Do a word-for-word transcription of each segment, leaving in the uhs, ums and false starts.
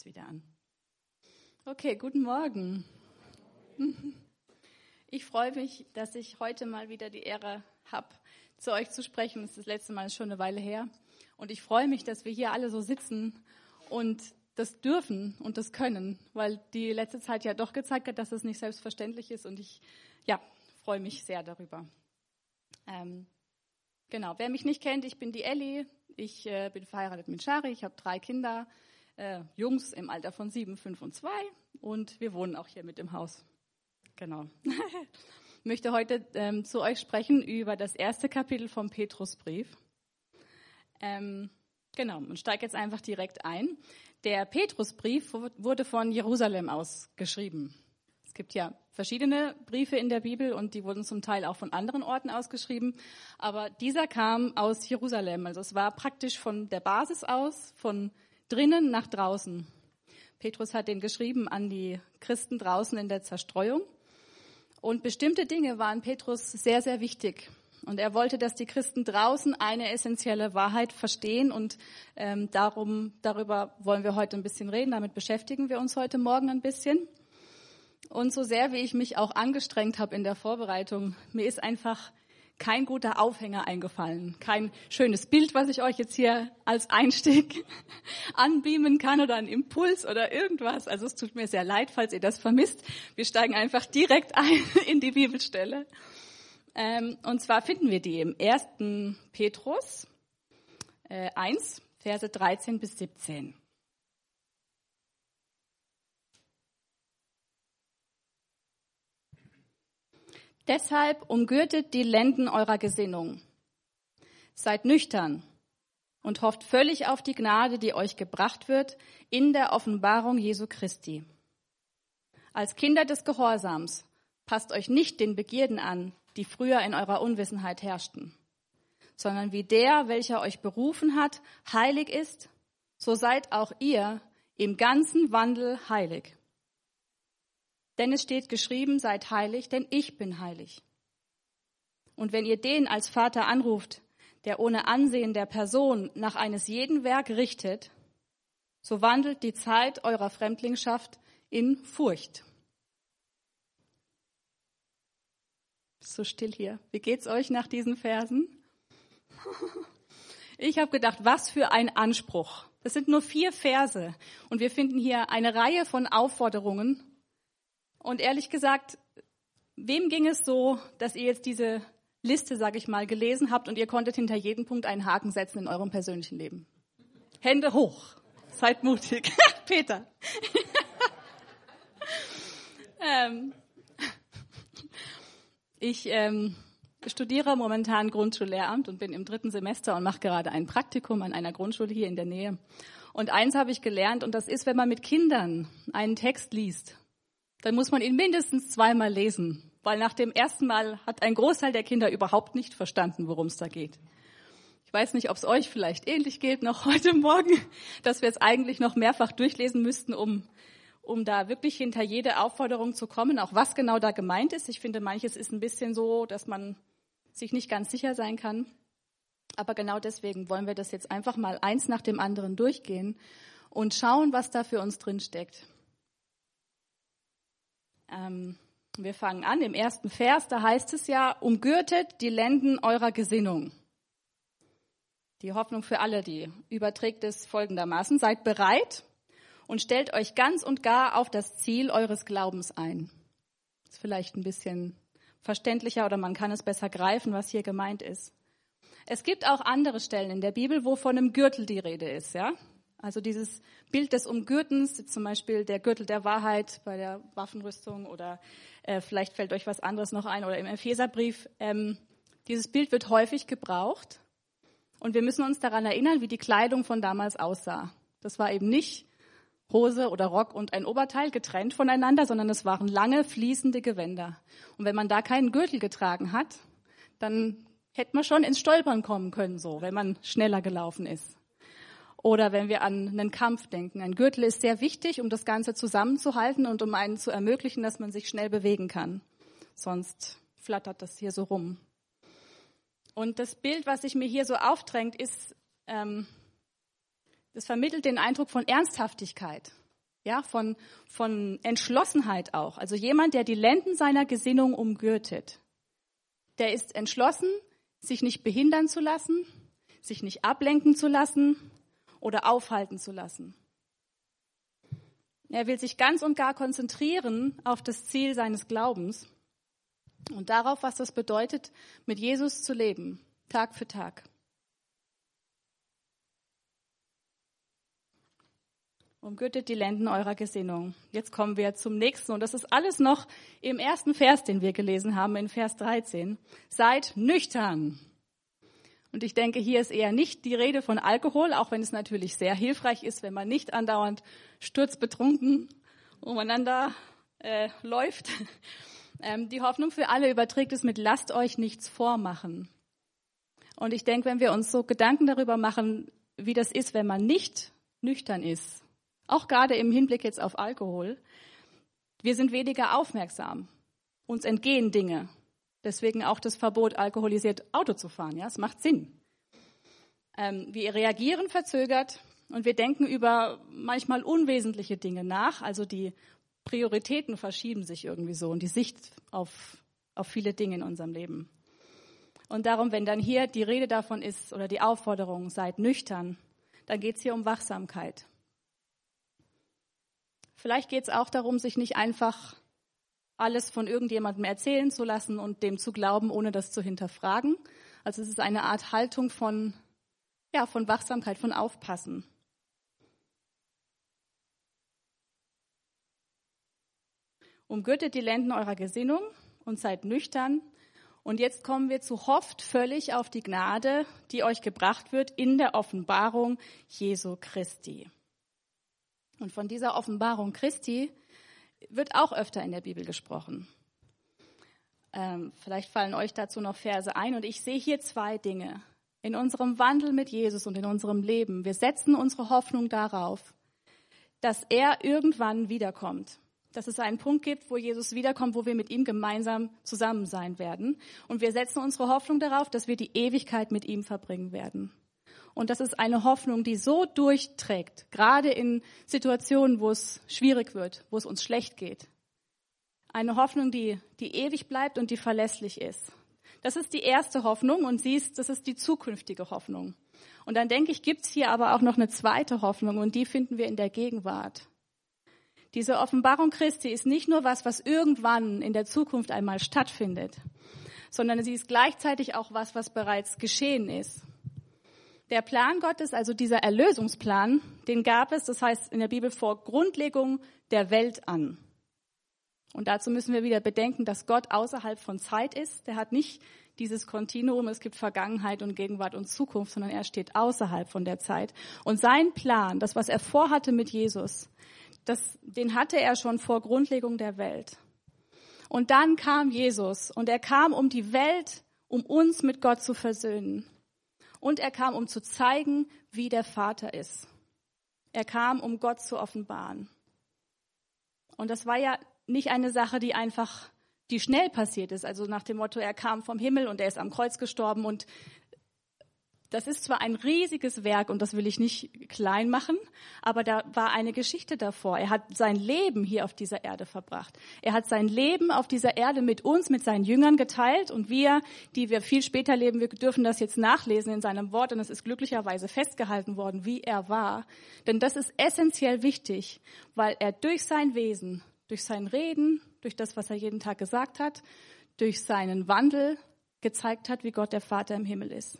es wieder an. Okay, guten Morgen. Ich freue mich, dass ich heute mal wieder die Ehre habe, zu euch zu sprechen. Das ist das letzte Mal schon eine Weile her. Und ich freue mich, dass wir hier alle so sitzen und das dürfen und das können, weil die letzte Zeit ja doch gezeigt hat, dass es nicht selbstverständlich ist. Und ich ja, freue mich sehr darüber. Ähm, genau, wer mich nicht kennt, ich bin die Elli. Ich äh, bin verheiratet mit Shari. Ich habe drei Kinder. Äh, Jungs im Alter von sieben, fünf und zwei und wir wohnen auch hier mit im Haus. Genau. Ich möchte heute ähm, zu euch sprechen über das erste Kapitel vom Petrusbrief. Ähm, genau, und steige jetzt einfach direkt ein. Der Petrusbrief wurde von Jerusalem aus geschrieben. Es gibt ja verschiedene Briefe in der Bibel und die wurden zum Teil auch von anderen Orten ausgeschrieben, aber dieser kam aus Jerusalem. Also es war praktisch von der Basis aus, von drinnen nach draußen. Petrus hat den geschrieben an die Christen draußen in der Zerstreuung. Und bestimmte Dinge waren Petrus sehr, sehr wichtig. Und er wollte, dass die Christen draußen eine essentielle Wahrheit verstehen. Und ähm, darum, darüber wollen wir heute ein bisschen reden. Damit beschäftigen wir uns heute Morgen ein bisschen. Und so sehr, wie ich mich auch angestrengt habe in der Vorbereitung, mir ist einfach kein guter Aufhänger eingefallen, kein schönes Bild, was ich euch jetzt hier als Einstieg anbeamen kann oder ein Impuls oder irgendwas. Also es tut mir sehr leid, falls ihr das vermisst. Wir steigen einfach direkt ein in die Bibelstelle. Ähm, und zwar finden wir die im ersten Petrus äh, eins, Verse dreizehn bis siebzehn. Deshalb umgürtet die Lenden eurer Gesinnung. Seid nüchtern und hofft völlig auf die Gnade, die euch gebracht wird in der Offenbarung Jesu Christi. Als Kinder des Gehorsams passt euch nicht den Begierden an, die früher in eurer Unwissenheit herrschten, sondern wie der, welcher euch berufen hat, heilig ist, so seid auch ihr im ganzen Wandel heilig. Denn es steht geschrieben, seid heilig, denn ich bin heilig. Und wenn ihr den als Vater anruft, der ohne Ansehen der Person nach eines jeden Werk richtet, so wandelt die Zeit eurer Fremdlingschaft in Furcht. So still hier. Wie geht's euch nach diesen Versen? Ich habe gedacht, was für ein Anspruch. Das sind nur vier Verse und wir finden hier eine Reihe von Aufforderungen. Und ehrlich gesagt, wem ging es so, dass ihr jetzt diese Liste, sage ich mal, gelesen habt und ihr konntet hinter jedem Punkt einen Haken setzen in eurem persönlichen Leben? Hände hoch, seid mutig. Peter. ähm, ich ähm, studiere momentan Grundschullehramt und bin im dritten Semester und mache gerade ein Praktikum an einer Grundschule hier in der Nähe. Und eins habe ich gelernt, und das ist, wenn man mit Kindern einen Text liest, dann muss man ihn mindestens zweimal lesen, weil nach dem ersten Mal hat ein Großteil der Kinder überhaupt nicht verstanden, worum es da geht. Ich weiß nicht, ob es euch vielleicht ähnlich geht noch heute Morgen, dass wir es eigentlich noch mehrfach durchlesen müssten, um, um da wirklich hinter jede Aufforderung zu kommen, auch was genau da gemeint ist. Ich finde, manches ist ein bisschen so, dass man sich nicht ganz sicher sein kann. Aber genau deswegen wollen wir das jetzt einfach mal eins nach dem anderen durchgehen und schauen, was da für uns drin steckt. Ähm, wir fangen an im ersten Vers, da heißt es ja, umgürtet die Lenden eurer Gesinnung. Die Hoffnung für alle, die überträgt es folgendermaßen, seid bereit und stellt euch ganz und gar auf das Ziel eures Glaubens ein. Ist vielleicht ein bisschen verständlicher oder man kann es besser greifen, was hier gemeint ist. Es gibt auch andere Stellen in der Bibel, wo von einem Gürtel die Rede ist, ja. Also dieses Bild des Umgürtens, zum Beispiel der Gürtel der Wahrheit bei der Waffenrüstung oder äh, vielleicht fällt euch was anderes noch ein oder im Epheserbrief. Ähm, dieses Bild wird häufig gebraucht und wir müssen uns daran erinnern, wie die Kleidung von damals aussah. Das war eben nicht Hose oder Rock und ein Oberteil getrennt voneinander, sondern es waren lange, fließende Gewänder. Und wenn man da keinen Gürtel getragen hat, dann hätte man schon ins Stolpern kommen können, so, wenn man schneller gelaufen ist. Oder wenn wir an einen Kampf denken. Ein Gürtel ist sehr wichtig, um das Ganze zusammenzuhalten und um einen zu ermöglichen, dass man sich schnell bewegen kann. Sonst flattert das hier so rum. Und das Bild, was sich mir hier so aufdrängt, ist, ähm, das vermittelt den Eindruck von Ernsthaftigkeit. ja, von, von Entschlossenheit auch. Also jemand, der die Lenden seiner Gesinnung umgürtet. Der ist entschlossen, sich nicht behindern zu lassen, sich nicht ablenken zu lassen oder aufhalten zu lassen. Er will sich ganz und gar konzentrieren auf das Ziel seines Glaubens und darauf, was das bedeutet, mit Jesus zu leben, Tag für Tag. Umgürtet die Lenden eurer Gesinnung. Jetzt kommen wir zum nächsten und das ist alles noch im ersten Vers, den wir gelesen haben, in Vers dreizehn. Seid nüchtern. Und ich denke, hier ist eher nicht die Rede von Alkohol, auch wenn es natürlich sehr hilfreich ist, wenn man nicht andauernd sturzbetrunken umeinander äh, läuft. Ähm, die Hoffnung für alle überträgt es mit lasst euch nichts vormachen. Und ich denke, wenn wir uns so Gedanken darüber machen, wie das ist, wenn man nicht nüchtern ist, auch gerade im Hinblick jetzt auf Alkohol, wir sind weniger aufmerksam. Uns entgehen Dinge. Deswegen auch das Verbot, alkoholisiert Auto zu fahren. Ja, es macht Sinn. Ähm, wir reagieren verzögert und wir denken über manchmal unwesentliche Dinge nach. Also die Prioritäten verschieben sich irgendwie so und die Sicht auf, auf viele Dinge in unserem Leben. Und darum, wenn dann hier die Rede davon ist oder die Aufforderung, seid nüchtern, dann geht es hier um Wachsamkeit. Vielleicht geht es auch darum, sich nicht einfach alles von irgendjemandem erzählen zu lassen und dem zu glauben, ohne das zu hinterfragen. Also es ist eine Art Haltung von, ja, von Wachsamkeit, von Aufpassen. Umgürtet die Lenden eurer Gesinnung und seid nüchtern. Und jetzt kommen wir zu hofft völlig auf die Gnade, die euch gebracht wird in der Offenbarung Jesu Christi. Und von dieser Offenbarung Christi wird auch öfter in der Bibel gesprochen. Ähm, vielleicht fallen euch dazu noch Verse ein. Und ich sehe hier zwei Dinge. In unserem Wandel mit Jesus und in unserem Leben, wir setzen unsere Hoffnung darauf, dass er irgendwann wiederkommt. Dass es einen Punkt gibt, wo Jesus wiederkommt, wo wir mit ihm gemeinsam zusammen sein werden. Und wir setzen unsere Hoffnung darauf, dass wir die Ewigkeit mit ihm verbringen werden. Und das ist eine Hoffnung, die so durchträgt, gerade in Situationen, wo es schwierig wird, wo es uns schlecht geht. Eine Hoffnung, die, die ewig bleibt und die verlässlich ist. Das ist die erste Hoffnung und sie ist, das ist die zukünftige Hoffnung. Und dann denke ich, gibt es hier aber auch noch eine zweite Hoffnung und die finden wir in der Gegenwart. Diese Offenbarung Christi ist nicht nur was, was irgendwann in der Zukunft einmal stattfindet, sondern sie ist gleichzeitig auch was, was bereits geschehen ist. Der Plan Gottes, also dieser Erlösungsplan, den gab es, das heißt in der Bibel, vor Grundlegung der Welt an. Und dazu müssen wir wieder bedenken, dass Gott außerhalb von Zeit ist. Der hat nicht dieses Kontinuum, es gibt Vergangenheit und Gegenwart und Zukunft, sondern er steht außerhalb von der Zeit. Und sein Plan, das, was er vorhatte mit Jesus, das, den hatte er schon vor Grundlegung der Welt. Und dann kam Jesus und er kam, um die Welt, um uns mit Gott zu versöhnen. Und er kam, um zu zeigen, wie der Vater ist. Er kam, um Gott zu offenbaren. Und das war ja nicht eine Sache, die einfach, die schnell passiert ist. Also nach dem Motto, er kam vom Himmel und er ist am Kreuz gestorben. Und das ist zwar ein riesiges Werk und das will ich nicht klein machen, aber da war eine Geschichte davor. Er hat sein Leben hier auf dieser Erde verbracht. Er hat sein Leben auf dieser Erde mit uns, mit seinen Jüngern geteilt und wir, die wir viel später leben, wir dürfen das jetzt nachlesen in seinem Wort und es ist glücklicherweise festgehalten worden, wie er war. Denn das ist essentiell wichtig, weil er durch sein Wesen, durch sein Reden, durch das, was er jeden Tag gesagt hat, durch seinen Wandel gezeigt hat, wie Gott der Vater im Himmel ist.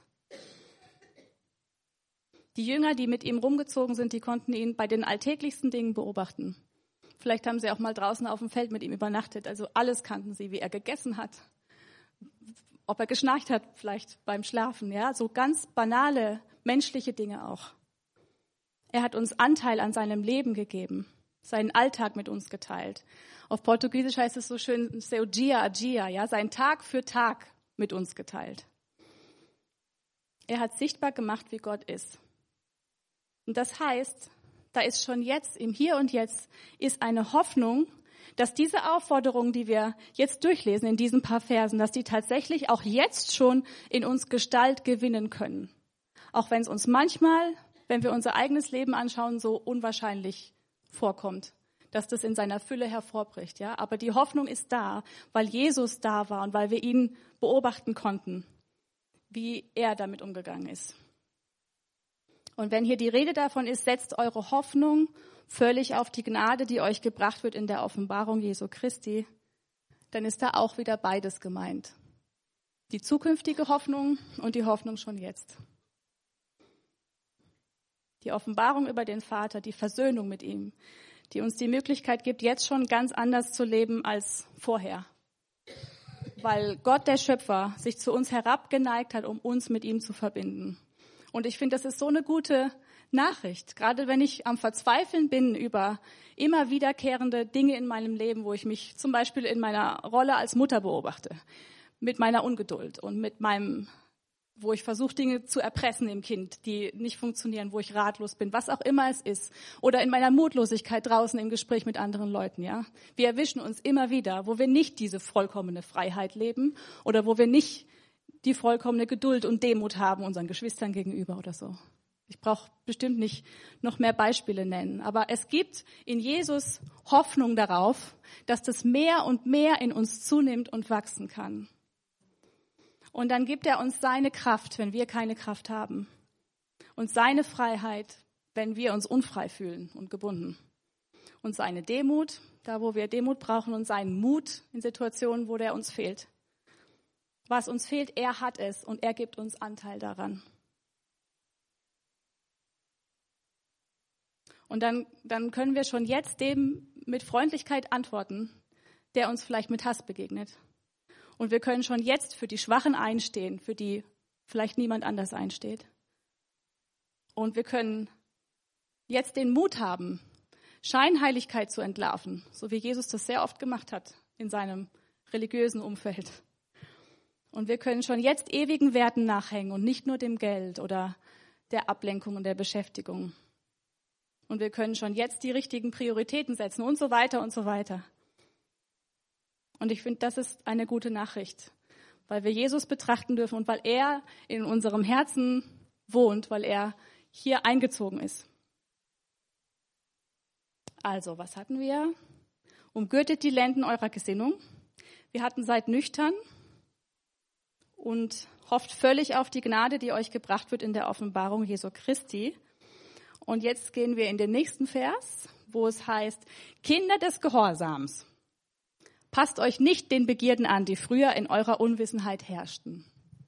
Die Jünger, die mit ihm rumgezogen sind, die konnten ihn bei den alltäglichsten Dingen beobachten. Vielleicht haben sie auch mal draußen auf dem Feld mit ihm übernachtet. Also alles kannten sie, wie er gegessen hat, ob er geschnarcht hat, vielleicht beim Schlafen. Ja, so ganz banale menschliche Dinge auch. Er hat uns Anteil an seinem Leben gegeben, seinen Alltag mit uns geteilt. Auf Portugiesisch heißt es so schön, seu dia a dia, ja, sein Tag für Tag mit uns geteilt. Er hat sichtbar gemacht, wie Gott ist. Und das heißt, da ist schon jetzt, im Hier und Jetzt, ist eine Hoffnung, dass diese Aufforderungen, die wir jetzt durchlesen in diesen paar Versen, dass die tatsächlich auch jetzt schon in uns Gestalt gewinnen können. Auch wenn es uns manchmal, wenn wir unser eigenes Leben anschauen, so unwahrscheinlich vorkommt, dass das in seiner Fülle hervorbricht. Ja? Aber die Hoffnung ist da, weil Jesus da war und weil wir ihn beobachten konnten, wie er damit umgegangen ist. Und wenn hier die Rede davon ist, setzt eure Hoffnung völlig auf die Gnade, die euch gebracht wird in der Offenbarung Jesu Christi, dann ist da auch wieder beides gemeint. Die zukünftige Hoffnung und die Hoffnung schon jetzt. Die Offenbarung über den Vater, die Versöhnung mit ihm, die uns die Möglichkeit gibt, jetzt schon ganz anders zu leben als vorher. Weil Gott, der Schöpfer, sich zu uns herabgeneigt hat, um uns mit ihm zu verbinden. Und ich finde, das ist so eine gute Nachricht. Gerade wenn ich am Verzweifeln bin über immer wiederkehrende Dinge in meinem Leben, wo ich mich zum Beispiel in meiner Rolle als Mutter beobachte, mit meiner Ungeduld und mit meinem, wo ich versuche, Dinge zu erpressen im Kind, die nicht funktionieren, wo ich ratlos bin, was auch immer es ist. Oder in meiner Mutlosigkeit draußen im Gespräch mit anderen Leuten, ja. Wir erwischen uns immer wieder, wo wir nicht diese vollkommene Freiheit leben oder wo wir nicht die vollkommene Geduld und Demut haben unseren Geschwistern gegenüber oder so. Ich brauche bestimmt nicht noch mehr Beispiele nennen. Aber es gibt in Jesus Hoffnung darauf, dass das mehr und mehr in uns zunimmt und wachsen kann. Und dann gibt er uns seine Kraft, wenn wir keine Kraft haben. Und seine Freiheit, wenn wir uns unfrei fühlen und gebunden. Und seine Demut, da wo wir Demut brauchen, und seinen Mut in Situationen, wo der uns fehlt. Was uns fehlt, er hat es und er gibt uns Anteil daran. Und dann, dann können wir schon jetzt dem mit Freundlichkeit antworten, der uns vielleicht mit Hass begegnet. Und wir können schon jetzt für die Schwachen einstehen, für die vielleicht niemand anders einsteht. Und wir können jetzt den Mut haben, Scheinheiligkeit zu entlarven, so wie Jesus das sehr oft gemacht hat in seinem religiösen Umfeld. Und wir können schon jetzt ewigen Werten nachhängen und nicht nur dem Geld oder der Ablenkung und der Beschäftigung. Und wir können schon jetzt die richtigen Prioritäten setzen und so weiter und so weiter. Und ich finde, das ist eine gute Nachricht, weil wir Jesus betrachten dürfen und weil er in unserem Herzen wohnt, weil er hier eingezogen ist. Also, was hatten wir? Umgürtet die Lenden eurer Gesinnung. Wir hatten seid nüchtern und hofft völlig auf die Gnade, die euch gebracht wird in der Offenbarung Jesu Christi. Und jetzt gehen wir in den nächsten Vers, wo es heißt, Kinder des Gehorsams, passt euch nicht den Begierden an, die früher in eurer Unwissenheit herrschten.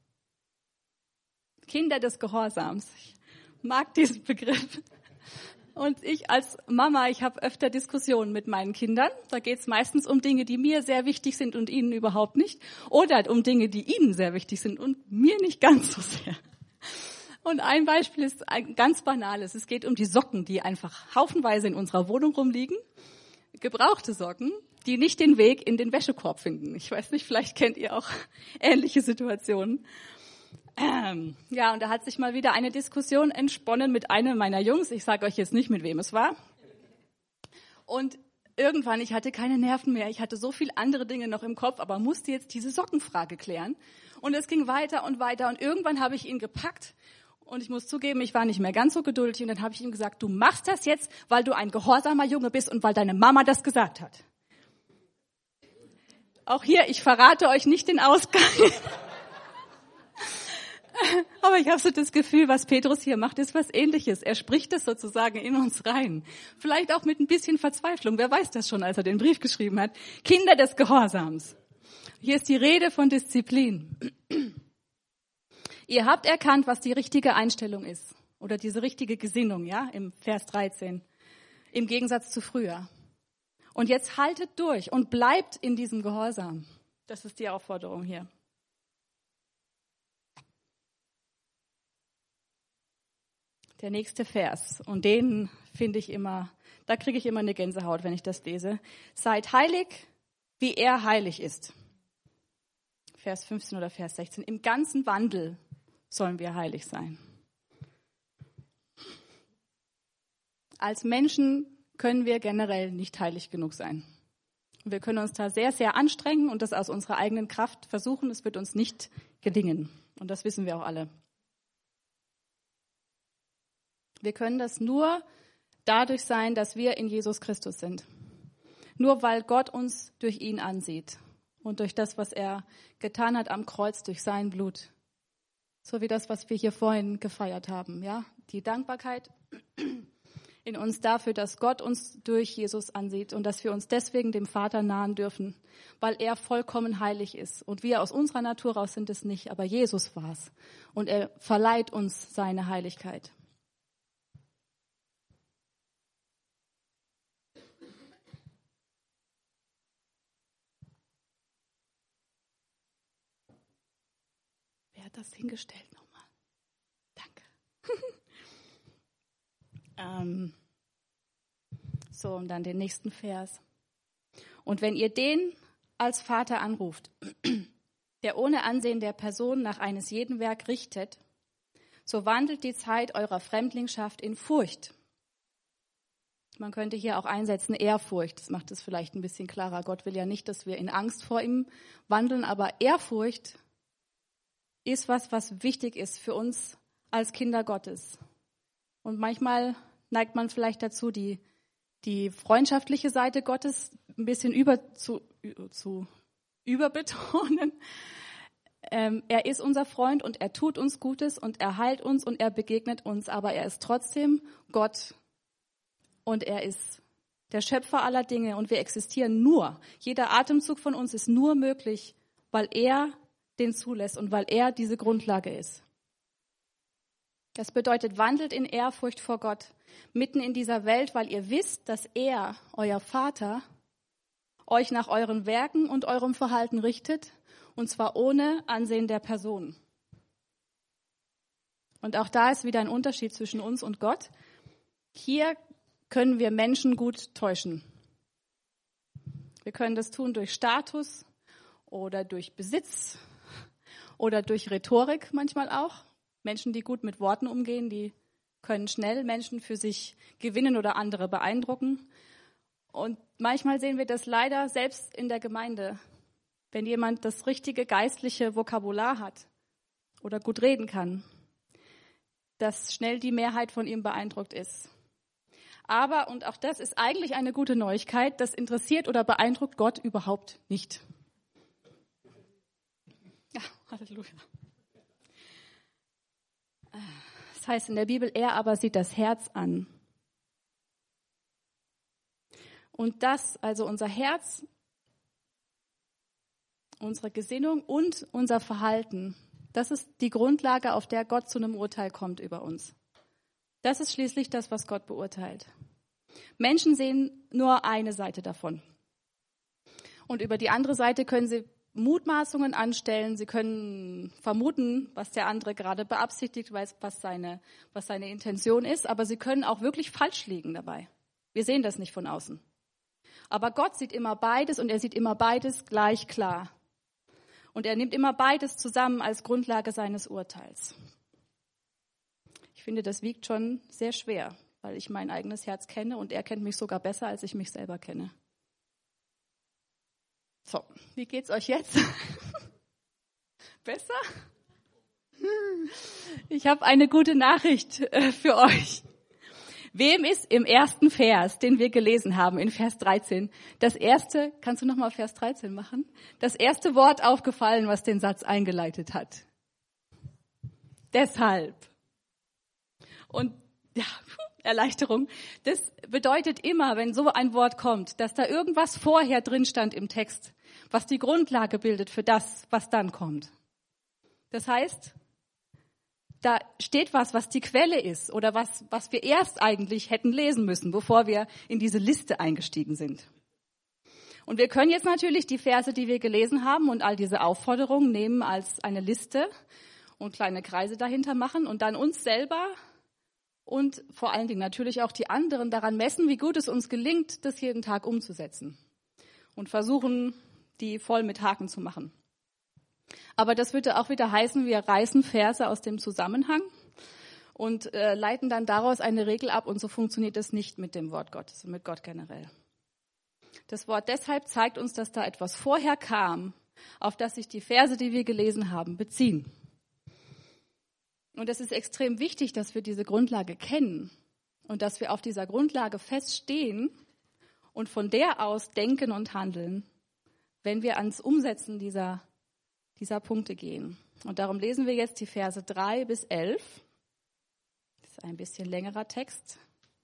Kinder des Gehorsams. Ich mag diesen Begriff. Und ich als Mama, ich habe öfter Diskussionen mit meinen Kindern. Da geht es meistens um Dinge, die mir sehr wichtig sind und ihnen überhaupt nicht. Oder um Dinge, die ihnen sehr wichtig sind und mir nicht ganz so sehr. Und ein Beispiel ist ein ganz banales. Es geht um die Socken, die einfach haufenweise in unserer Wohnung rumliegen. Gebrauchte Socken, die nicht den Weg in den Wäschekorb finden. Ich weiß nicht, vielleicht kennt ihr auch ähnliche Situationen. Ähm, ja, und da hat sich mal wieder eine Diskussion entsponnen mit einem meiner Jungs. Ich sage euch jetzt nicht, mit wem es war. Und irgendwann, ich hatte keine Nerven mehr. Ich hatte so viele andere Dinge noch im Kopf, aber musste jetzt diese Sockenfrage klären. Und es ging weiter und weiter. Und irgendwann habe ich ihn gepackt. Und ich muss zugeben, ich war nicht mehr ganz so geduldig. Und dann habe ich ihm gesagt, du machst das jetzt, weil du ein gehorsamer Junge bist und weil deine Mama das gesagt hat. Auch hier, ich verrate euch nicht den Ausgang. Aber ich habe so das Gefühl, was Petrus hier macht, ist was Ähnliches. Er spricht es sozusagen in uns rein. Vielleicht auch mit ein bisschen Verzweiflung. Wer weiß das schon, als er den Brief geschrieben hat. Kinder des Gehorsams. Hier ist die Rede von Disziplin. Ihr habt erkannt, was die richtige Einstellung ist. Oder diese richtige Gesinnung, ja, im Vers dreizehn. Im Gegensatz zu früher. Und jetzt haltet durch und bleibt in diesem Gehorsam. Das ist die Aufforderung hier. Der nächste Vers, und den finde ich immer, da kriege ich immer eine Gänsehaut, wenn ich das lese. Seid heilig, wie er heilig ist. Vers fünfzehn oder Vers sechzehn. Im ganzen Wandel sollen wir heilig sein. Als Menschen können wir generell nicht heilig genug sein. Wir können uns da sehr, sehr anstrengen und das aus unserer eigenen Kraft versuchen. Es wird uns nicht gelingen. Und das wissen wir auch alle. Wir können das nur dadurch sein, dass wir in Jesus Christus sind. Nur weil Gott uns durch ihn ansieht und durch das, was er getan hat am Kreuz, durch sein Blut. So wie das, was wir hier vorhin gefeiert haben. Ja? Die Dankbarkeit in uns dafür, dass Gott uns durch Jesus ansieht und dass wir uns deswegen dem Vater nahen dürfen, weil er vollkommen heilig ist. Und wir aus unserer Natur raus sind es nicht, aber Jesus war es. Und er verleiht uns seine Heiligkeit. Wer hat das hingestellt nochmal? Danke. ähm, so, und dann den nächsten Vers. Und wenn ihr den als Vater anruft, der ohne Ansehen der Person nach eines jeden Werk richtet, so wandelt die Zeit eurer Fremdlingschaft in Furcht. Man könnte hier auch einsetzen Ehrfurcht. Das macht es vielleicht ein bisschen klarer. Gott will ja nicht, dass wir in Angst vor ihm wandeln, aber Ehrfurcht ist was, was wichtig ist für uns als Kinder Gottes. Und manchmal neigt man vielleicht dazu, die, die freundschaftliche Seite Gottes ein bisschen über zu, zu überbetonen. Ähm, er ist unser Freund und er tut uns Gutes und er heilt uns und er begegnet uns, aber er ist trotzdem Gott und er ist der Schöpfer aller Dinge und wir existieren nur. Jeder Atemzug von uns ist nur möglich, weil er den zulässt und weil er diese Grundlage ist. Das bedeutet, wandelt in Ehrfurcht vor Gott mitten in dieser Welt, weil ihr wisst, dass er, euer Vater, euch nach euren Werken und eurem Verhalten richtet, und zwar ohne Ansehen der Person. Und auch da ist wieder ein Unterschied zwischen uns und Gott. Hier können wir Menschen gut täuschen. Wir können das tun durch Status oder durch Besitz oder durch Rhetorik manchmal auch. Menschen, die gut mit Worten umgehen, die können schnell Menschen für sich gewinnen oder andere beeindrucken. Und manchmal sehen wir das leider selbst in der Gemeinde. Wenn jemand das richtige geistliche Vokabular hat oder gut reden kann, dass schnell die Mehrheit von ihm beeindruckt ist. Aber, und auch das ist eigentlich eine gute Neuigkeit, das interessiert oder beeindruckt Gott überhaupt nicht. Ja, Halleluja. Das heißt in der Bibel, er aber sieht das Herz an. Und das, also unser Herz, unsere Gesinnung und unser Verhalten, das ist die Grundlage, auf der Gott zu einem Urteil kommt über uns. Das ist schließlich das, was Gott beurteilt. Menschen sehen nur eine Seite davon. Und über die andere Seite können sie Mutmaßungen anstellen. Sie können vermuten, was der andere gerade beabsichtigt, was seine, was seine Intention ist. Aber sie können auch wirklich falsch liegen dabei. Wir sehen das nicht von außen. Aber Gott sieht immer beides und er sieht immer beides gleich klar. Und er nimmt immer beides zusammen als Grundlage seines Urteils. Ich finde, das wiegt schon sehr schwer, weil ich mein eigenes Herz kenne und er kennt mich sogar besser, als ich mich selber kenne. So, wie geht's euch jetzt? Besser? Ich habe eine gute Nachricht für euch. Wem ist im ersten Vers, den wir gelesen haben, in Vers dreizehn, das erste, kannst du nochmal Vers dreizehn machen? Das erste Wort aufgefallen, was den Satz eingeleitet hat? Deshalb. Und ja, Erleichterung. Das bedeutet immer, wenn so ein Wort kommt, dass da irgendwas vorher drin stand im Text, was die Grundlage bildet für das, was dann kommt. Das heißt, da steht was, was die Quelle ist oder was, was wir erst eigentlich hätten lesen müssen, bevor wir in diese Liste eingestiegen sind. Und wir können jetzt natürlich die Verse, die wir gelesen haben und all diese Aufforderungen nehmen als eine Liste und kleine Kreise dahinter machen und dann uns selber und vor allen Dingen natürlich auch die anderen daran messen, wie gut es uns gelingt, das jeden Tag umzusetzen und versuchen, die voll mit Haken zu machen. Aber das würde auch wieder heißen, wir reißen Verse aus dem Zusammenhang und äh, leiten dann daraus eine Regel ab und so funktioniert es nicht mit dem Wort Gottes und mit Gott generell. Das Wort deshalb zeigt uns, dass da etwas vorher kam, auf das sich die Verse, die wir gelesen haben, beziehen. Und es ist extrem wichtig, dass wir diese Grundlage kennen Und dass wir auf dieser Grundlage feststehen und von der aus denken und handeln, wenn wir ans Umsetzen dieser, dieser Punkte gehen. Und darum lesen wir jetzt die Verse drei bis elf. Das ist ein bisschen längerer Text.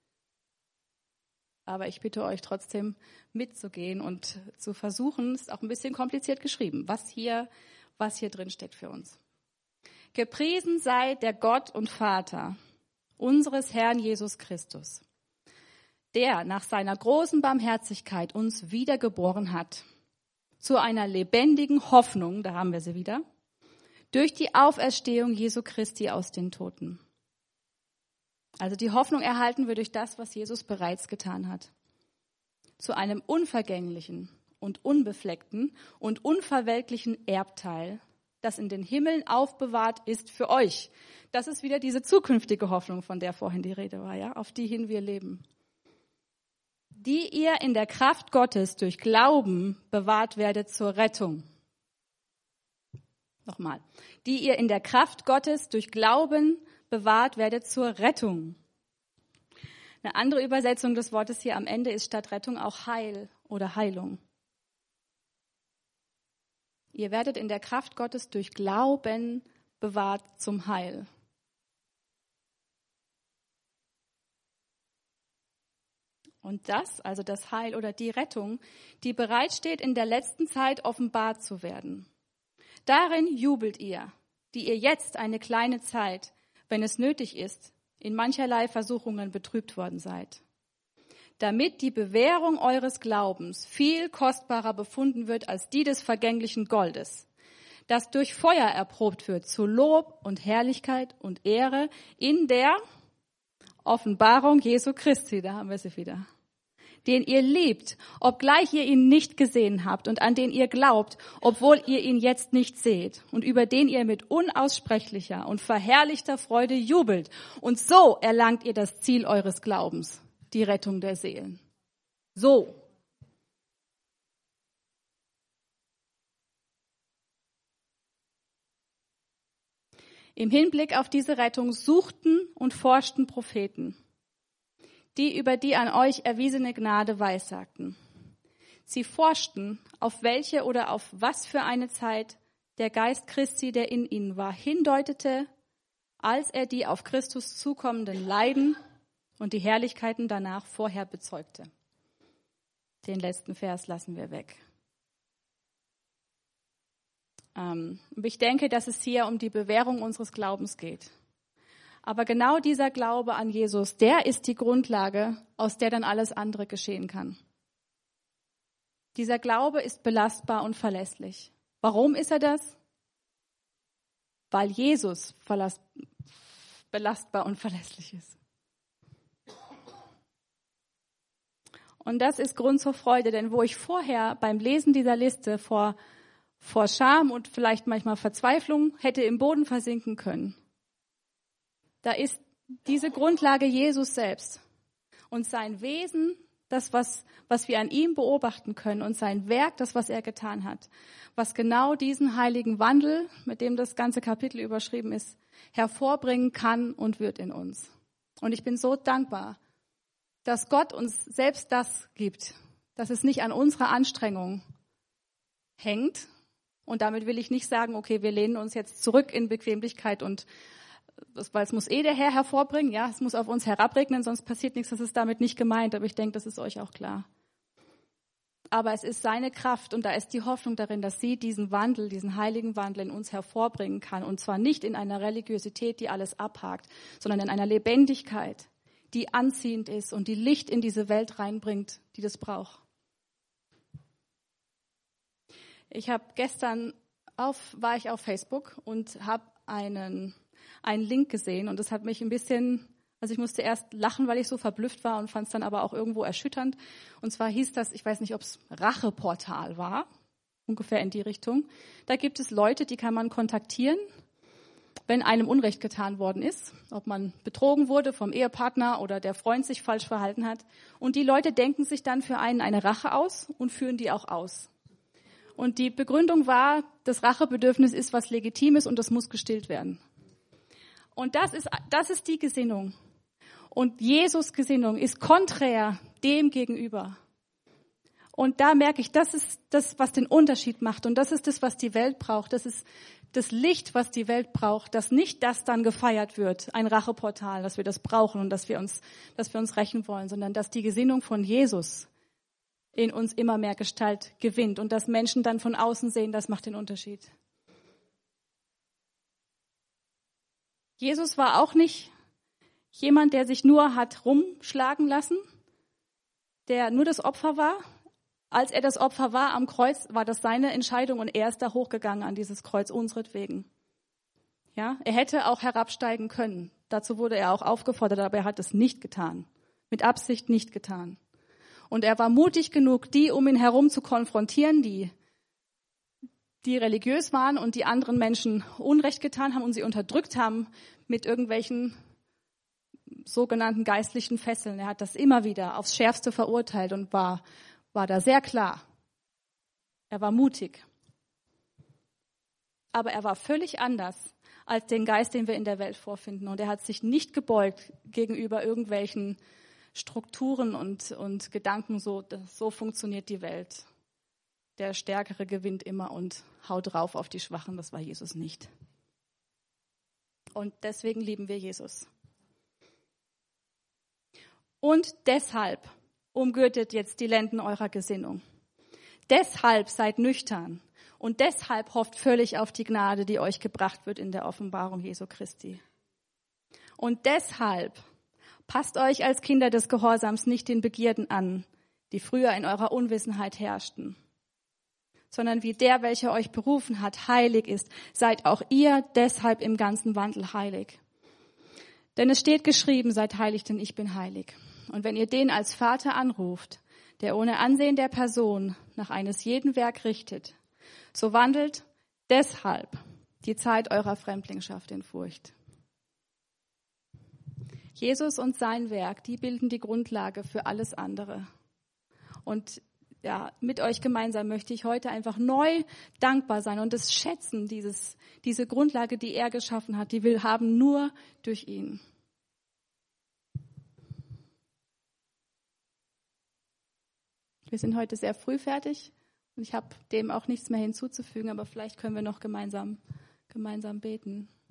Aber ich bitte euch trotzdem mitzugehen und zu versuchen, es ist auch ein bisschen kompliziert geschrieben, was hier, was hier drin steckt für uns. Gepriesen sei der Gott und Vater unseres Herrn Jesus Christus, der nach seiner großen Barmherzigkeit uns wiedergeboren hat, zu einer lebendigen Hoffnung, da haben wir sie wieder, durch die Auferstehung Jesu Christi aus den Toten. Also die Hoffnung erhalten wir durch das, was Jesus bereits getan hat. Zu einem unvergänglichen und unbefleckten und unverwelklichen Erbteil, das in den Himmeln aufbewahrt ist für euch. Das ist wieder diese zukünftige Hoffnung, von der vorhin die Rede war, ja, auf die hin wir leben. Die ihr in der Kraft Gottes durch Glauben bewahrt werdet zur Rettung. Nochmal. Die ihr in der Kraft Gottes durch Glauben bewahrt werdet zur Rettung. Eine andere Übersetzung des Wortes hier am Ende ist statt Rettung auch Heil oder Heilung. Ihr werdet in der Kraft Gottes durch Glauben bewahrt zum Heil. Und das, also das Heil oder die Rettung, die bereitsteht, in der letzten Zeit offenbart zu werden. Darin jubelt ihr, die ihr jetzt eine kleine Zeit, wenn es nötig ist, in mancherlei Versuchungen betrübt worden seid, damit die Bewährung eures Glaubens viel kostbarer befunden wird als die des vergänglichen Goldes, das durch Feuer erprobt wird zu Lob und Herrlichkeit und Ehre in der Offenbarung Jesu Christi, da haben wir sie wieder, den ihr liebt, obgleich ihr ihn nicht gesehen habt und an den ihr glaubt, obwohl ihr ihn jetzt nicht seht und über den ihr mit unaussprechlicher und verherrlichter Freude jubelt. Und so erlangt ihr das Ziel eures Glaubens, die Rettung der Seelen. So. Im Hinblick auf diese Rettung suchten und forschten Propheten, die über die an euch erwiesene Gnade weissagten. Sie forschten, auf welche oder auf was für eine Zeit der Geist Christi, der in ihnen war, hindeutete, als er die auf Christus zukommenden Leiden und die Herrlichkeiten danach vorher bezeugte. Den letzten Vers lassen wir weg. Ähm, ich denke, dass es hier um die Bewährung unseres Glaubens geht. Aber genau dieser Glaube an Jesus, der ist die Grundlage, aus der dann alles andere geschehen kann. Dieser Glaube ist belastbar und verlässlich. Warum ist er das? Weil Jesus belastbar und verlässlich ist. Und das ist Grund zur Freude, denn wo ich vorher beim Lesen dieser Liste vor, vor Scham und vielleicht manchmal Verzweiflung hätte im Boden versinken können, da ist diese Grundlage Jesus selbst und sein Wesen, das, was, was wir an ihm beobachten können und sein Werk, das, was er getan hat, was genau diesen heiligen Wandel, mit dem das ganze Kapitel überschrieben ist, hervorbringen kann und wird in uns. Und ich bin so dankbar, dass Gott uns selbst das gibt, dass es nicht an unserer Anstrengung hängt. Und damit will ich nicht sagen, okay, wir lehnen uns jetzt zurück in Bequemlichkeit und weil es muss eh der Herr hervorbringen, ja, es muss auf uns herabregnen, sonst passiert nichts, das ist damit nicht gemeint, aber ich denke, das ist euch auch klar. Aber es ist seine Kraft und da ist die Hoffnung darin, dass sie diesen Wandel, diesen heiligen Wandel in uns hervorbringen kann und zwar nicht in einer Religiosität, die alles abhakt, sondern in einer Lebendigkeit, die anziehend ist und die Licht in diese Welt reinbringt, die das braucht. Ich habe gestern auf, war ich auf Facebook und habe einen einen Link gesehen und das hat mich ein bisschen, also ich musste erst lachen, weil ich so verblüfft war und fand es dann aber auch irgendwo erschütternd. Und zwar hieß das, ich weiß nicht, ob es Racheportal war, ungefähr in die Richtung. Da gibt es Leute, die kann man kontaktieren, wenn einem Unrecht getan worden ist, ob man betrogen wurde vom Ehepartner oder der Freund sich falsch verhalten hat. Und die Leute denken sich dann für einen eine Rache aus und führen die auch aus. Und die Begründung war, das Rachebedürfnis ist was Legitimes und das muss gestillt werden. Und das ist, das ist die Gesinnung. Und Jesus Gesinnung ist konträr dem gegenüber. Und da merke ich, das ist das, was den Unterschied macht. Und das ist das, was die Welt braucht. Das ist das Licht, was die Welt braucht. Dass nicht das dann gefeiert wird, ein Racheportal, dass wir das brauchen und dass wir uns, dass wir uns rächen wollen, sondern dass die Gesinnung von Jesus in uns immer mehr Gestalt gewinnt. Und dass Menschen dann von außen sehen, das macht den Unterschied. Jesus war auch nicht jemand, der sich nur hat rumschlagen lassen, der nur das Opfer war. Als er das Opfer war am Kreuz, war das seine Entscheidung und er ist da hochgegangen an dieses Kreuz unseretwegen. Ja, er hätte auch herabsteigen können. Dazu wurde er auch aufgefordert, aber er hat es nicht getan. Mit Absicht nicht getan. Und er war mutig genug, die um ihn herum zu konfrontieren, die, die religiös waren und die anderen Menschen Unrecht getan haben und sie unterdrückt haben mit irgendwelchen sogenannten geistlichen Fesseln. Er hat das immer wieder aufs Schärfste verurteilt und war, war da sehr klar. Er war mutig. Aber er war völlig anders als den Geist, den wir in der Welt vorfinden. Und er hat sich nicht gebeugt gegenüber irgendwelchen Strukturen und, und Gedanken, so, so funktioniert die Welt. Der Stärkere gewinnt immer und haut drauf auf die Schwachen. Das war Jesus nicht. Und deswegen lieben wir Jesus. Und deshalb umgürtet jetzt die Lenden eurer Gesinnung. Deshalb seid nüchtern und deshalb hofft völlig auf die Gnade, die euch gebracht wird in der Offenbarung Jesu Christi. Und deshalb passt euch als Kinder des Gehorsams nicht den Begierden an, die früher in eurer Unwissenheit herrschten, sondern wie der, welcher euch berufen hat, heilig ist, seid auch ihr deshalb im ganzen Wandel heilig. Denn es steht geschrieben, seid heilig, denn ich bin heilig. Und wenn ihr den als Vater anruft, der ohne Ansehen der Person nach eines jeden Werk richtet, so wandelt deshalb die Zeit eurer Fremdlingschaft in Furcht. Jesus und sein Werk, die bilden die Grundlage für alles andere. Und ja, mit euch gemeinsam möchte ich heute einfach neu dankbar sein und das schätzen, dieses, diese Grundlage, die er geschaffen hat, die wir haben nur durch ihn. Wir sind heute sehr früh fertig und ich habe dem auch nichts mehr hinzuzufügen, aber vielleicht können wir noch gemeinsam, gemeinsam beten.